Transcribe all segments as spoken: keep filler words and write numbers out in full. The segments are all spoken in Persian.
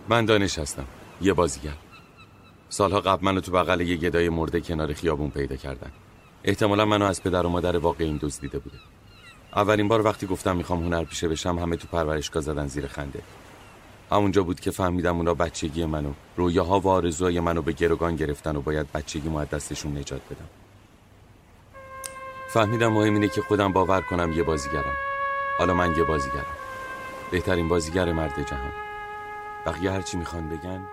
من دانش هستم، یه بازیگر. سالها قبل منو تو بغل یه گدای مرده کنار خیابون پیدا کردن. احتمالا منو از پدر و مادر واقعیم دزدیده بوده. اولین بار وقتی گفتم میخوام هنرپیشه بشم همه تو پرورشگاه زدن زیر خنده. همونجا بود که فهمیدم اونا بچگی منو، رویاها و آرزوهای منو به گروگان گرفتن و باید بچگیمو از دستشون نجات بدم. فهمیدم مهم اینه که خودم باور کنم یه بازیگرم. حالا من یه بازیگرم، بهترین بازیگر مرد جهان. بقیه هرچی میخوان بگن بگن.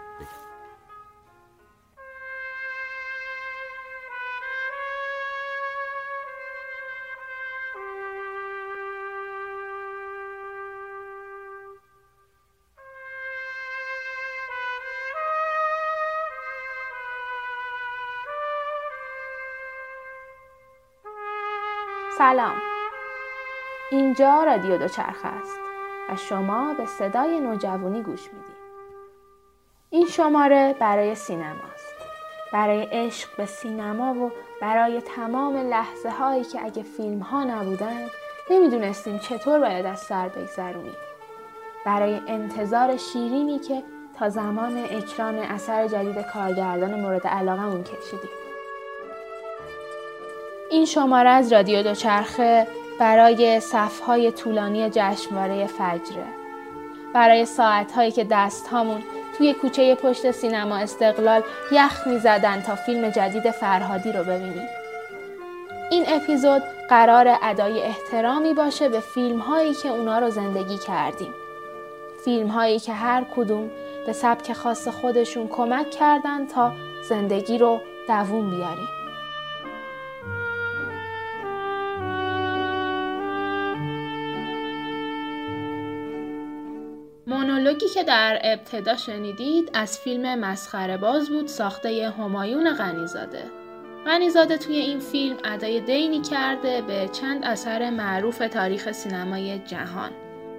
سلام، اینجا رادیو دوچرخه است و شما به صدای نوجوانی گوش میدید. این شماره برای سینماست، برای عشق به سینما و برای تمام لحظه هایی که اگه فیلم ها نبودند نمیدونستیم چطور باید از سر بگذرونیم، برای انتظار شیرینی که تا زمان اکران اثر جدید کارگردان مورد علاقمون کشیدیم. این شماره از رادیو دوچرخه برای صف‌های طولانی جشنواره فجره، برای ساعت‌هایی که دست‌هامون توی کوچه پشت سینما استقلال یخ می‌زدن تا فیلم جدید فرهادی رو ببینیم. این اپیزود قرار ادای احترامی باشه به فیلم‌هایی که اونا رو زندگی کردیم. فیلم‌هایی که هر کدوم به سبک خاص خودشون کمک کردن تا زندگی رو دووم بیاریم. مونولوگی که در ابتدا شنیدید از فیلم مسخره باز بود ساخته همایون غنی‌زاده. غنی‌زاده توی این فیلم ادای دینی کرده به چند اثر معروف تاریخ سینمای جهان.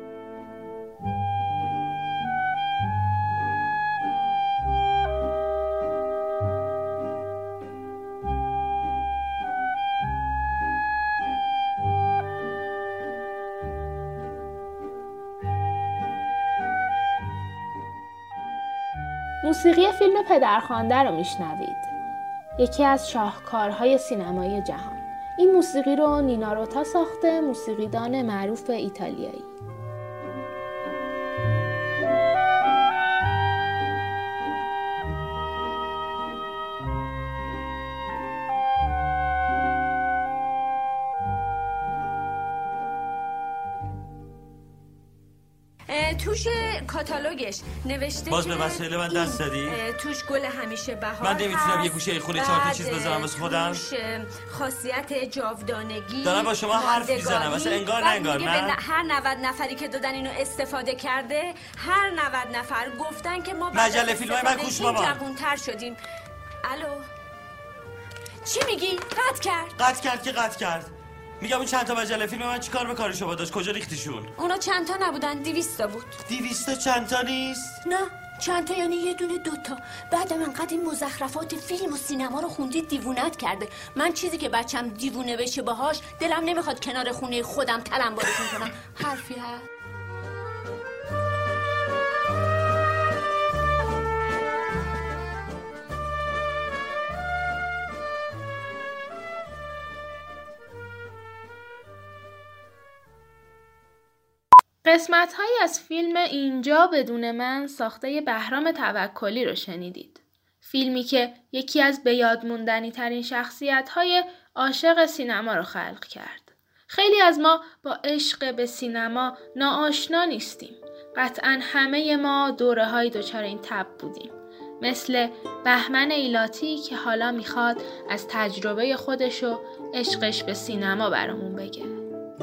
موسیقی فیلم پدرخوانده رو میشنوید، یکی از شاهکارهای سینمای جهان. این موسیقی رو نینا روتا ساخته، موسیقیدان معروف ایتالیایی. توش کاتالوگش نوشته باز به وسایل من دست زدی؟ توش گل همیشه بهار من نمیتونم یه گوشه خونه چهار تا چیز بذارم واسه خودم. توش خاصیت جاودانگی دارم با شما حرف میزنم واسه انگار نه انگار نه. هر نود نفری که دادن اینو استفاده کرده، هر نود نفر گفتن که ما مجله فیلمای من گوش بابا جوان‌تر شدیم. الو چی میگی؟ قطع کرد قطع کرد که قطع کرد. میگم اون چند تا مجله فیلم من چیکار به کار شما داشت؟ کجا ریختیشون؟ اونا چند تا نبودن، دویست تا بود. دویست تا چند تا نیست؟ نه چند تا یعنی یه دونه دوتا. بعد من قد این مزخرفات فیلم و سینما رو خوندید دیوونت کرده. من چیزی که بچم دیوونه بشه باهاش دلم نمیخواد کنار خونه خودم تلمبارشون کنم. حرفی هست؟ قسمت‌هایی از فیلم اینجا بدون من ساخته بهرام توکلی رو شنیدید. فیلمی که یکی از بیاد موندنی ترین شخصیت‌های عاشق سینما رو خلق کرد. خیلی از ما با عشق به سینما ناآشنا نیستیم. قطعاً همه ما دوره‌های دچار این تب بودیم. مثل بهمن ایلاتی که حالا میخواد از تجربه خودش و عشقش به سینما برامون بگه.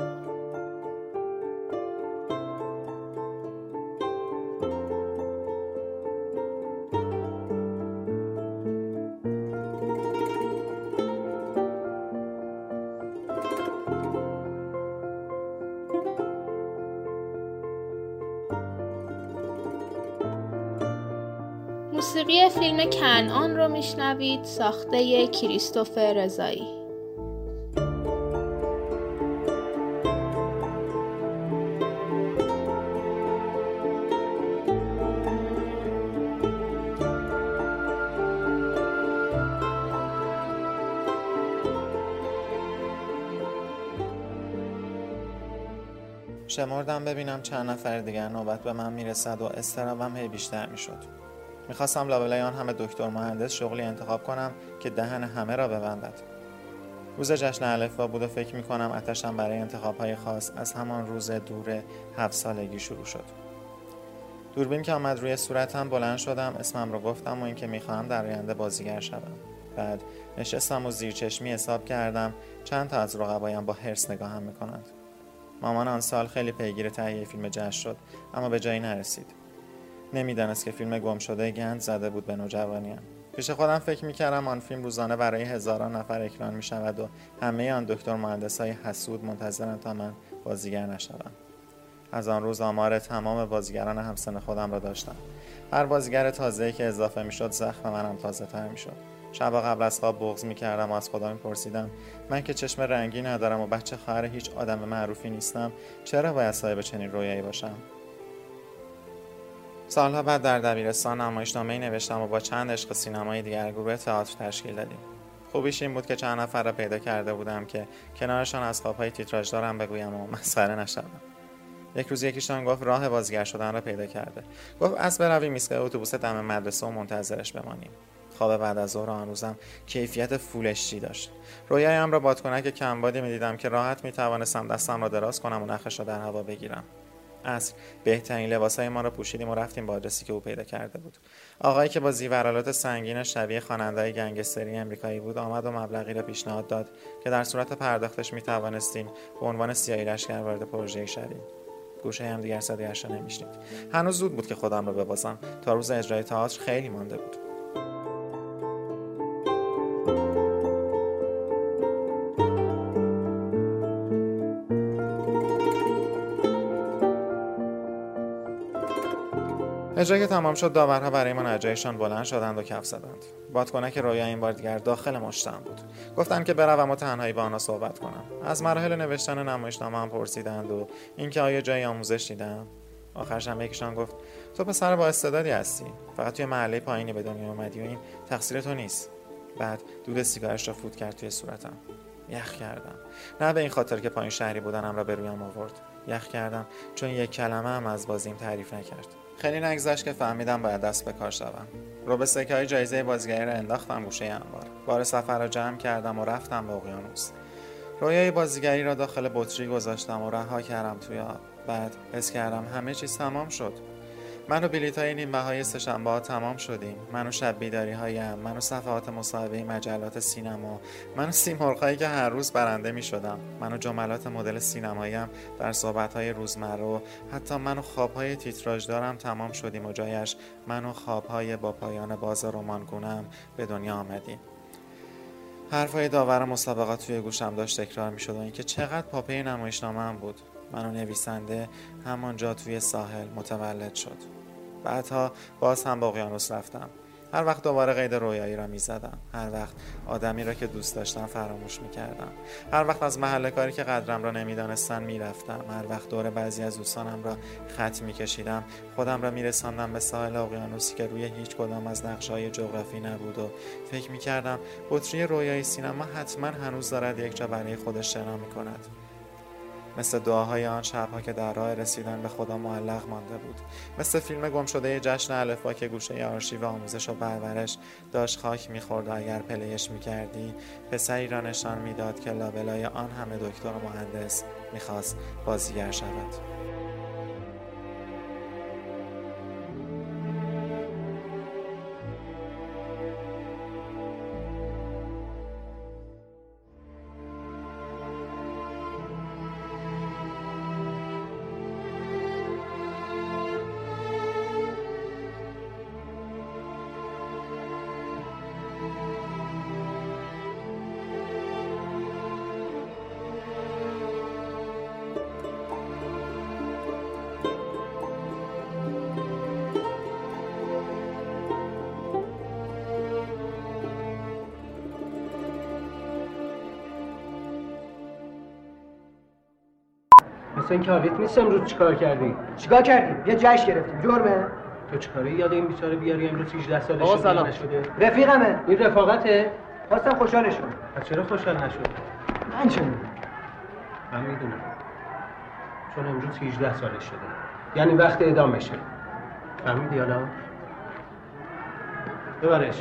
موسیقی فیلم کنعان رو میشنوید ساخته کریستوف رضایی. شمردم ببینم چند نفر دیگر نوبت به من میرسد و اضطرابم هی بیشتر میشد. میخواستم لابلای آن همه دکتر مهندس شغلی انتخاب کنم که دهن همه را ببندد. روز جشن الفبا بود و فکر میکنم آتشم برای انتخاب‌های خاص از همان روز دور هفت سالگی شروع شد. دوربین که آمد روی صورتم بلند شدم، اسمم رو گفتم و اینکه میخواهم در آینده بازیگر شوم. بعد نشستم و زیر چشمی حساب کردم چند تا از رقبایم با حرص نگاهم میکنند. مامان آن سال خیلی پیگیر تهیه فیلم جشن شد، اما به جایی نرسید. نمیدانست که فیلم گم شده گند زده بود به نوجوانیم. پیش خودم فکر میکردم آن فیلم روزانه برای هزاران نفر اکران میشود و همه آن دکتر مهندسای حسود منتظرند تا من بازیگر نشوم. از آن روز آمار تمام بازیگران همسن خودم را داشتم. هر بازیگر تازه‌ای که اضافه میشد زخم منم تازه تر میشد. شبا قبل از خواب بغض میکردم و از خدا میپرسیدم من که چشم رنگی ندارم و بچه خواهر هیچ آدم معروفی نیستم، چرا باید صاحب چنین رویایی باشم؟ سالها بعد در دبیرستان نمایشنامه‌ای نوشتم و با چند عشق سینمایی دیگر گروه تئاتر تشکیل دادیم. خوبیش این بود که چند نفر را پیدا کرده بودم که کنارشان از خوابهای تیتراژ دارم بگویم و مسخره نشوم. یک روز یکیشان گفت راه بازیگر شدن را پیدا کرده. گفت از برویم ایستگاه اتوبوس دم مدرسه و منتظرش بمانیم. خواب بعد از ظهر آن روزم کیفیت فول اچ دی داشت. رویایم را بادکنک کمبادی می‌دیدم که راحت می‌توانستم دستم را دراز کنم و نخش را در هوا بگیرم. عصر بهترین لباسای ما را پوشیدیم و رفتیم به آدرسی که او پیدا کرده بود. آقایی که با زیورآلات سنگین شبیه خواننده‌های گنگستری آمریکایی بود آمد و مبلغی را پیشنهاد داد که در صورت پرداختش می‌توانستیم به عنوان سیاهی لشکر وارد پروژه شویم. گوشه هم دیگر صدایش را نمی‌شنید. هنوز زود بود که خودم را ببازم. تا روز اجرای تئاتر خیلی مانده بود. اجرا که تمام شد داورها برای من اجرایشان بلند شدند و کف زدند. بادکنک رویا این بار دیگر داخل مشتم بود. گفتند که بروم و تنهایی با آنها صحبت کنم. از مراحل نوشتن نمایشنامه هم پرسیدند و اینکه آیا جای آموزش دیدم. آخرش هم یکیشان گفت تو پسر با استعدادی هستی، فقط توی محله پایینی به دنیا اومدی و این تقصیر تو نیست. بعد دود سیگارش را فوت کرد توی صورتم. یخ کردم. نه به این خاطر که پایین شهری بودنم را به رویم آورد. یخ کردم چون یک کلمه هم از بازیم تعریف نکرد. خیلی نگذشت که فهمیدم باید دست به کار شوم. رو به سکه‌های جایزه بازیگری را انداختم گوشه انبار. بار سفر را جمع کردم و رفتم به اقیانوس. رویای بازیگری را داخل بطری گذاشتم و رها کردم توی آب. بعد حس کردم همه چیز تمام شد. من و بلیط‌های نیم بهای سه‌شنبه‌ها تمام شدیم. من و شب بیداری‌هایم، من و صفحات مصاحبه مجلات سینما، من و سیمرغ‌هایی که هر روز برنده می‌شدم، من و جملات مدل سینماییم در صحبت‌های روزمره، حتی من و خواب‌های تیتراژ دارم تمام شدیم و جایش من و خواب‌های با پایان باز رمانگونه‌ام به دنیا آمدیم. حرفای داور مسابقات توی گوشم داشت تکرار می‌شد و اینکه چقدر پاپی نمایشنامه‌ام بود. من و نویسنده همانجا توی ساحل متولد شد. بعدها باز هم به اقیانوس رفتم. هر وقت دوباره قید رویایی را می زدم. هر وقت آدمی را که دوست داشتم فراموش می کردم. هر وقت از محل کاری که قدرم را نمی دانستن می رفتم. هر وقت دور بعضی از دوستانم را خط می کشیدم. خودم را می رساندم به ساحل اقیانوسی که روی هیچ کدام از نقشه‌های جغرافی نبود و فکر می کردم بطری رویایی سینما حتما هنوز دارد یک جا برای خودش شنا می کند. مثل دعاهای آن شب‌ها که در راه رسیدن به خدا معلق مانده بود. مثل فیلم گم شده جشن الفبا که گوشه آرشیو آموزش و پرورش داشت خاک می‌خورد و اگر پلیش می‌کردی پسری را نشان می‌داد که لابلای آن همه دکتر و مهندس می‌خواست بازیگر شود. مثل این که حالیت نیست امروز چیکار کردی؟ چیکار کردیم؟ یه جشن گرفتیم. جرمه؟ تو چیکاره یاد این بیچاره بیاری امروز هجده سالشه سلام نشده؟ رفیقمه. این رفاقته؟ خواستم خوشحالش کنم. از چرا خوشحال نشد؟ من چه میدونم؟ من میدونم. چون امروز هجده سالش شده، یعنی وقت اعدام بشه. فهمیدی حالا؟ ببرش.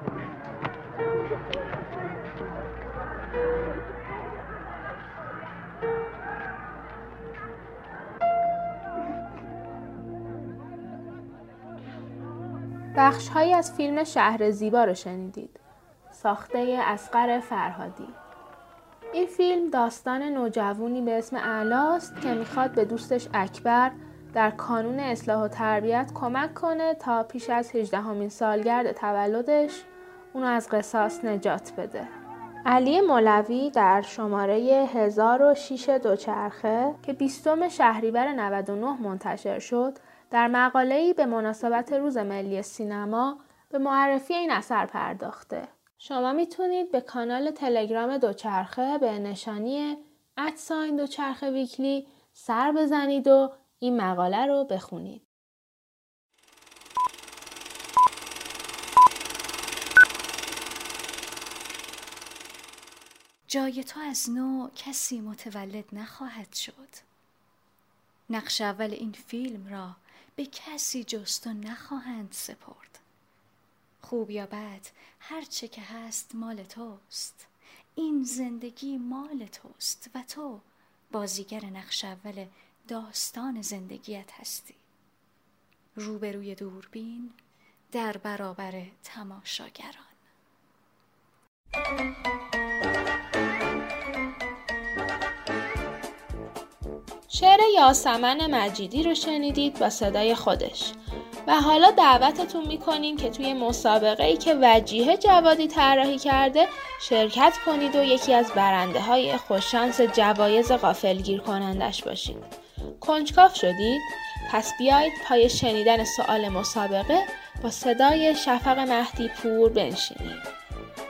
بخش‌هایی از فیلم شهر زیبا رو شنیدید. ساخته اصغر فرهادی. این فیلم داستان نوجوانی به اسم اعلاست که میخواد به دوستش اکبر در کانون اصلاح و تربیت کمک کنه تا پیش از هجدهمین سالگرد تولدش اونو از قصاص نجات بده. علی مولوی در شماره هزار و شش دوچرخه که بیستم شهریور نود و نه منتشر شد، در مقاله‌ای به مناسبت روز ملی سینما به معرفی این اثر پرداخته. شما میتونید به کانال تلگرام دوچرخه به نشانی ادساین دوچرخه ویکلی سر بزنید و این مقاله رو بخونید. جای تو از نو کسی متولد نخواهد شد. نقش اول این فیلم را به کسی جز تو نخواهند سپرد. خوب یا بد هر چه که هست مال توست. این زندگی مال توست و تو بازیگر نقش اول داستان زندگیت هستی. روبروی دوربین در برابر تماشاگران. شعر یاسمن مجیدی رو شنیدید با صدای خودش و حالا دعوتتون میکنیم که توی مسابقه‌ای که وجیه جوادی طراحی کرده شرکت کنید و یکی از برنده های خوششانس جوایز غافلگیر کنندش باشید. کنجکاو شدید؟ پس بیایید پای شنیدن سوال مسابقه با صدای شفق مهدی پور بنشینید.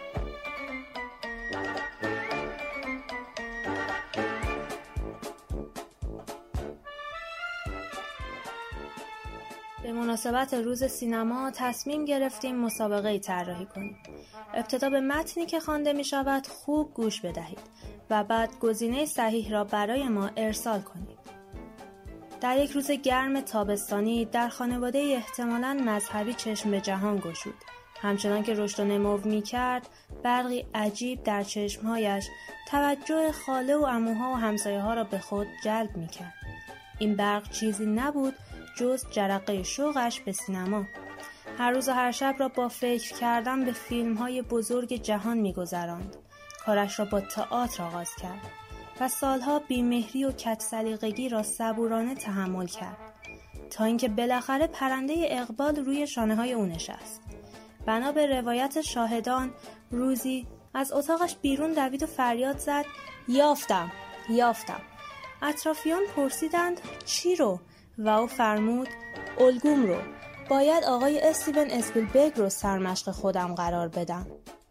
به مناسبت روز سینما تصمیم گرفتیم مسابقه‌ای طراحی کنیم. ابتدا به متنی که خوانده می شود خوب گوش بدهید و بعد گزینه صحیح را برای ما ارسال کنید. در یک روز گرم تابستانی در خانواده احتمالاً مذهبی چشم به جهان گشود. همچنان که رشد و نمو می کرد، برقی عجیب در چشمهایش توجه خاله و عموها و همسایه ها را به خود جلب می کرد. این برق چیزی نبود جز جرقه شوقش به سینما. هر روز و هر شب را با فکر کردن به فیلم‌های بزرگ جهان می‌گذراند. کارش را با تئاتر آغاز کرد و سالها بی‌مهری و کج سلیقگی را صبورانه تحمل کرد تا اینکه بالاخره پرنده اقبال روی شانه‌های او نشست. بنا به روایت شاهدان روزی از اتاقش بیرون دوید و فریاد زد: یافتم، یافتم. اطرافیان پرسیدند چی رو؟ و او فرمود: الگوم رو. باید آقای استیون اسپیلبرگ رو سرمشق خودم قرار بدم.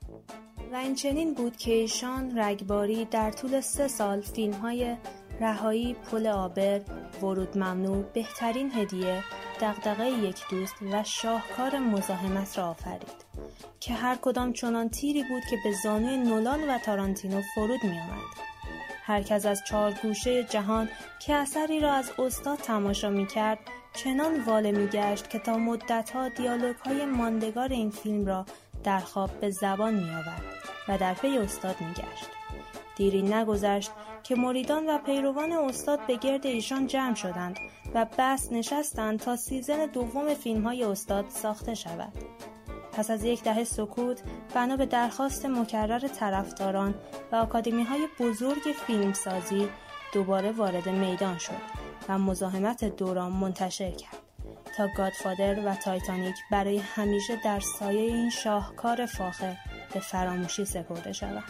و این چنین بود که ایشان رگباری در طول سه سال فیلم‌های رهایی، پل آبر، ورود ممنوع، بهترین هدیه، دغدغه یک دوست و شاهکار مزاحمت را آفرید که هر کدام چنان تیری بود که به زانوی نولان و تارانتینو فرود می آمد. هر کس از چهار گوشه جهان که اثری را از استاد تماشا می کرد چنان واله می گشت که تا مدتها دیالوگ های ماندگار این فیلم را در خواب به زبان می آورد و در پی استاد می گشت. دیری نگذشت که مریدان و پیروان استاد به گرد ایشان جمع شدند و بس نشستند تا سیزن دوم فیلم های استاد ساخته شود. پس از یک دهه سکوت، بنا به درخواست مکرر طرفداران و آکادمی‌های بزرگ فیلمسازی دوباره وارد میدان شد و مزاحمت دوران منتشر کرد تا گادفادر و تایتانیک برای همیشه در سایه این شاهکار فاخر به فراموشی سپرده شوند.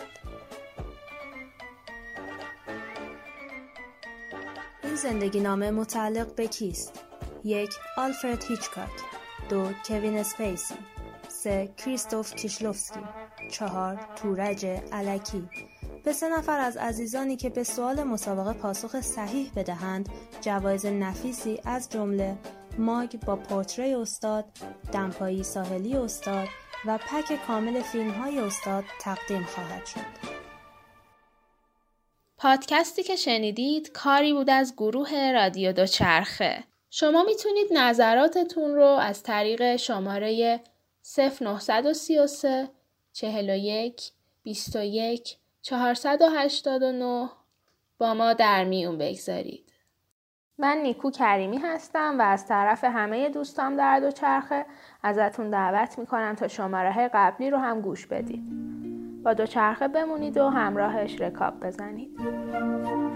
این زندگی نامه متعلق به کیست؟ یک، آلفرد هیچکاک. دو، کوین اسپیسی. سه، کریستوف کیشلوفسکی. چهار، تورج الکی. به سه نفر از عزیزانی که به سوال مسابقه پاسخ صحیح بدهند جوایز نفیسی از جمله ماگ با پورتری استاد، دمپایی ساحلی استاد و پک کامل فیلم‌های استاد تقدیم خواهد شد. پادکستی که شنیدید کاری بود از گروه رادیو دوچرخه. شما میتونید نظراتتون رو از طریق شماره صفر نه سه سه چهل و یک بیست و یک چهارصد و هشتاد و نه با ما در میون بگذارید. من نیکو کریمی هستم و از طرف همه دوستام در دوچرخه ازتون دعوت میکنم تا شماره قبلی رو هم گوش بدید. با دوچرخه بمونید و همراهش رکاب بزنید.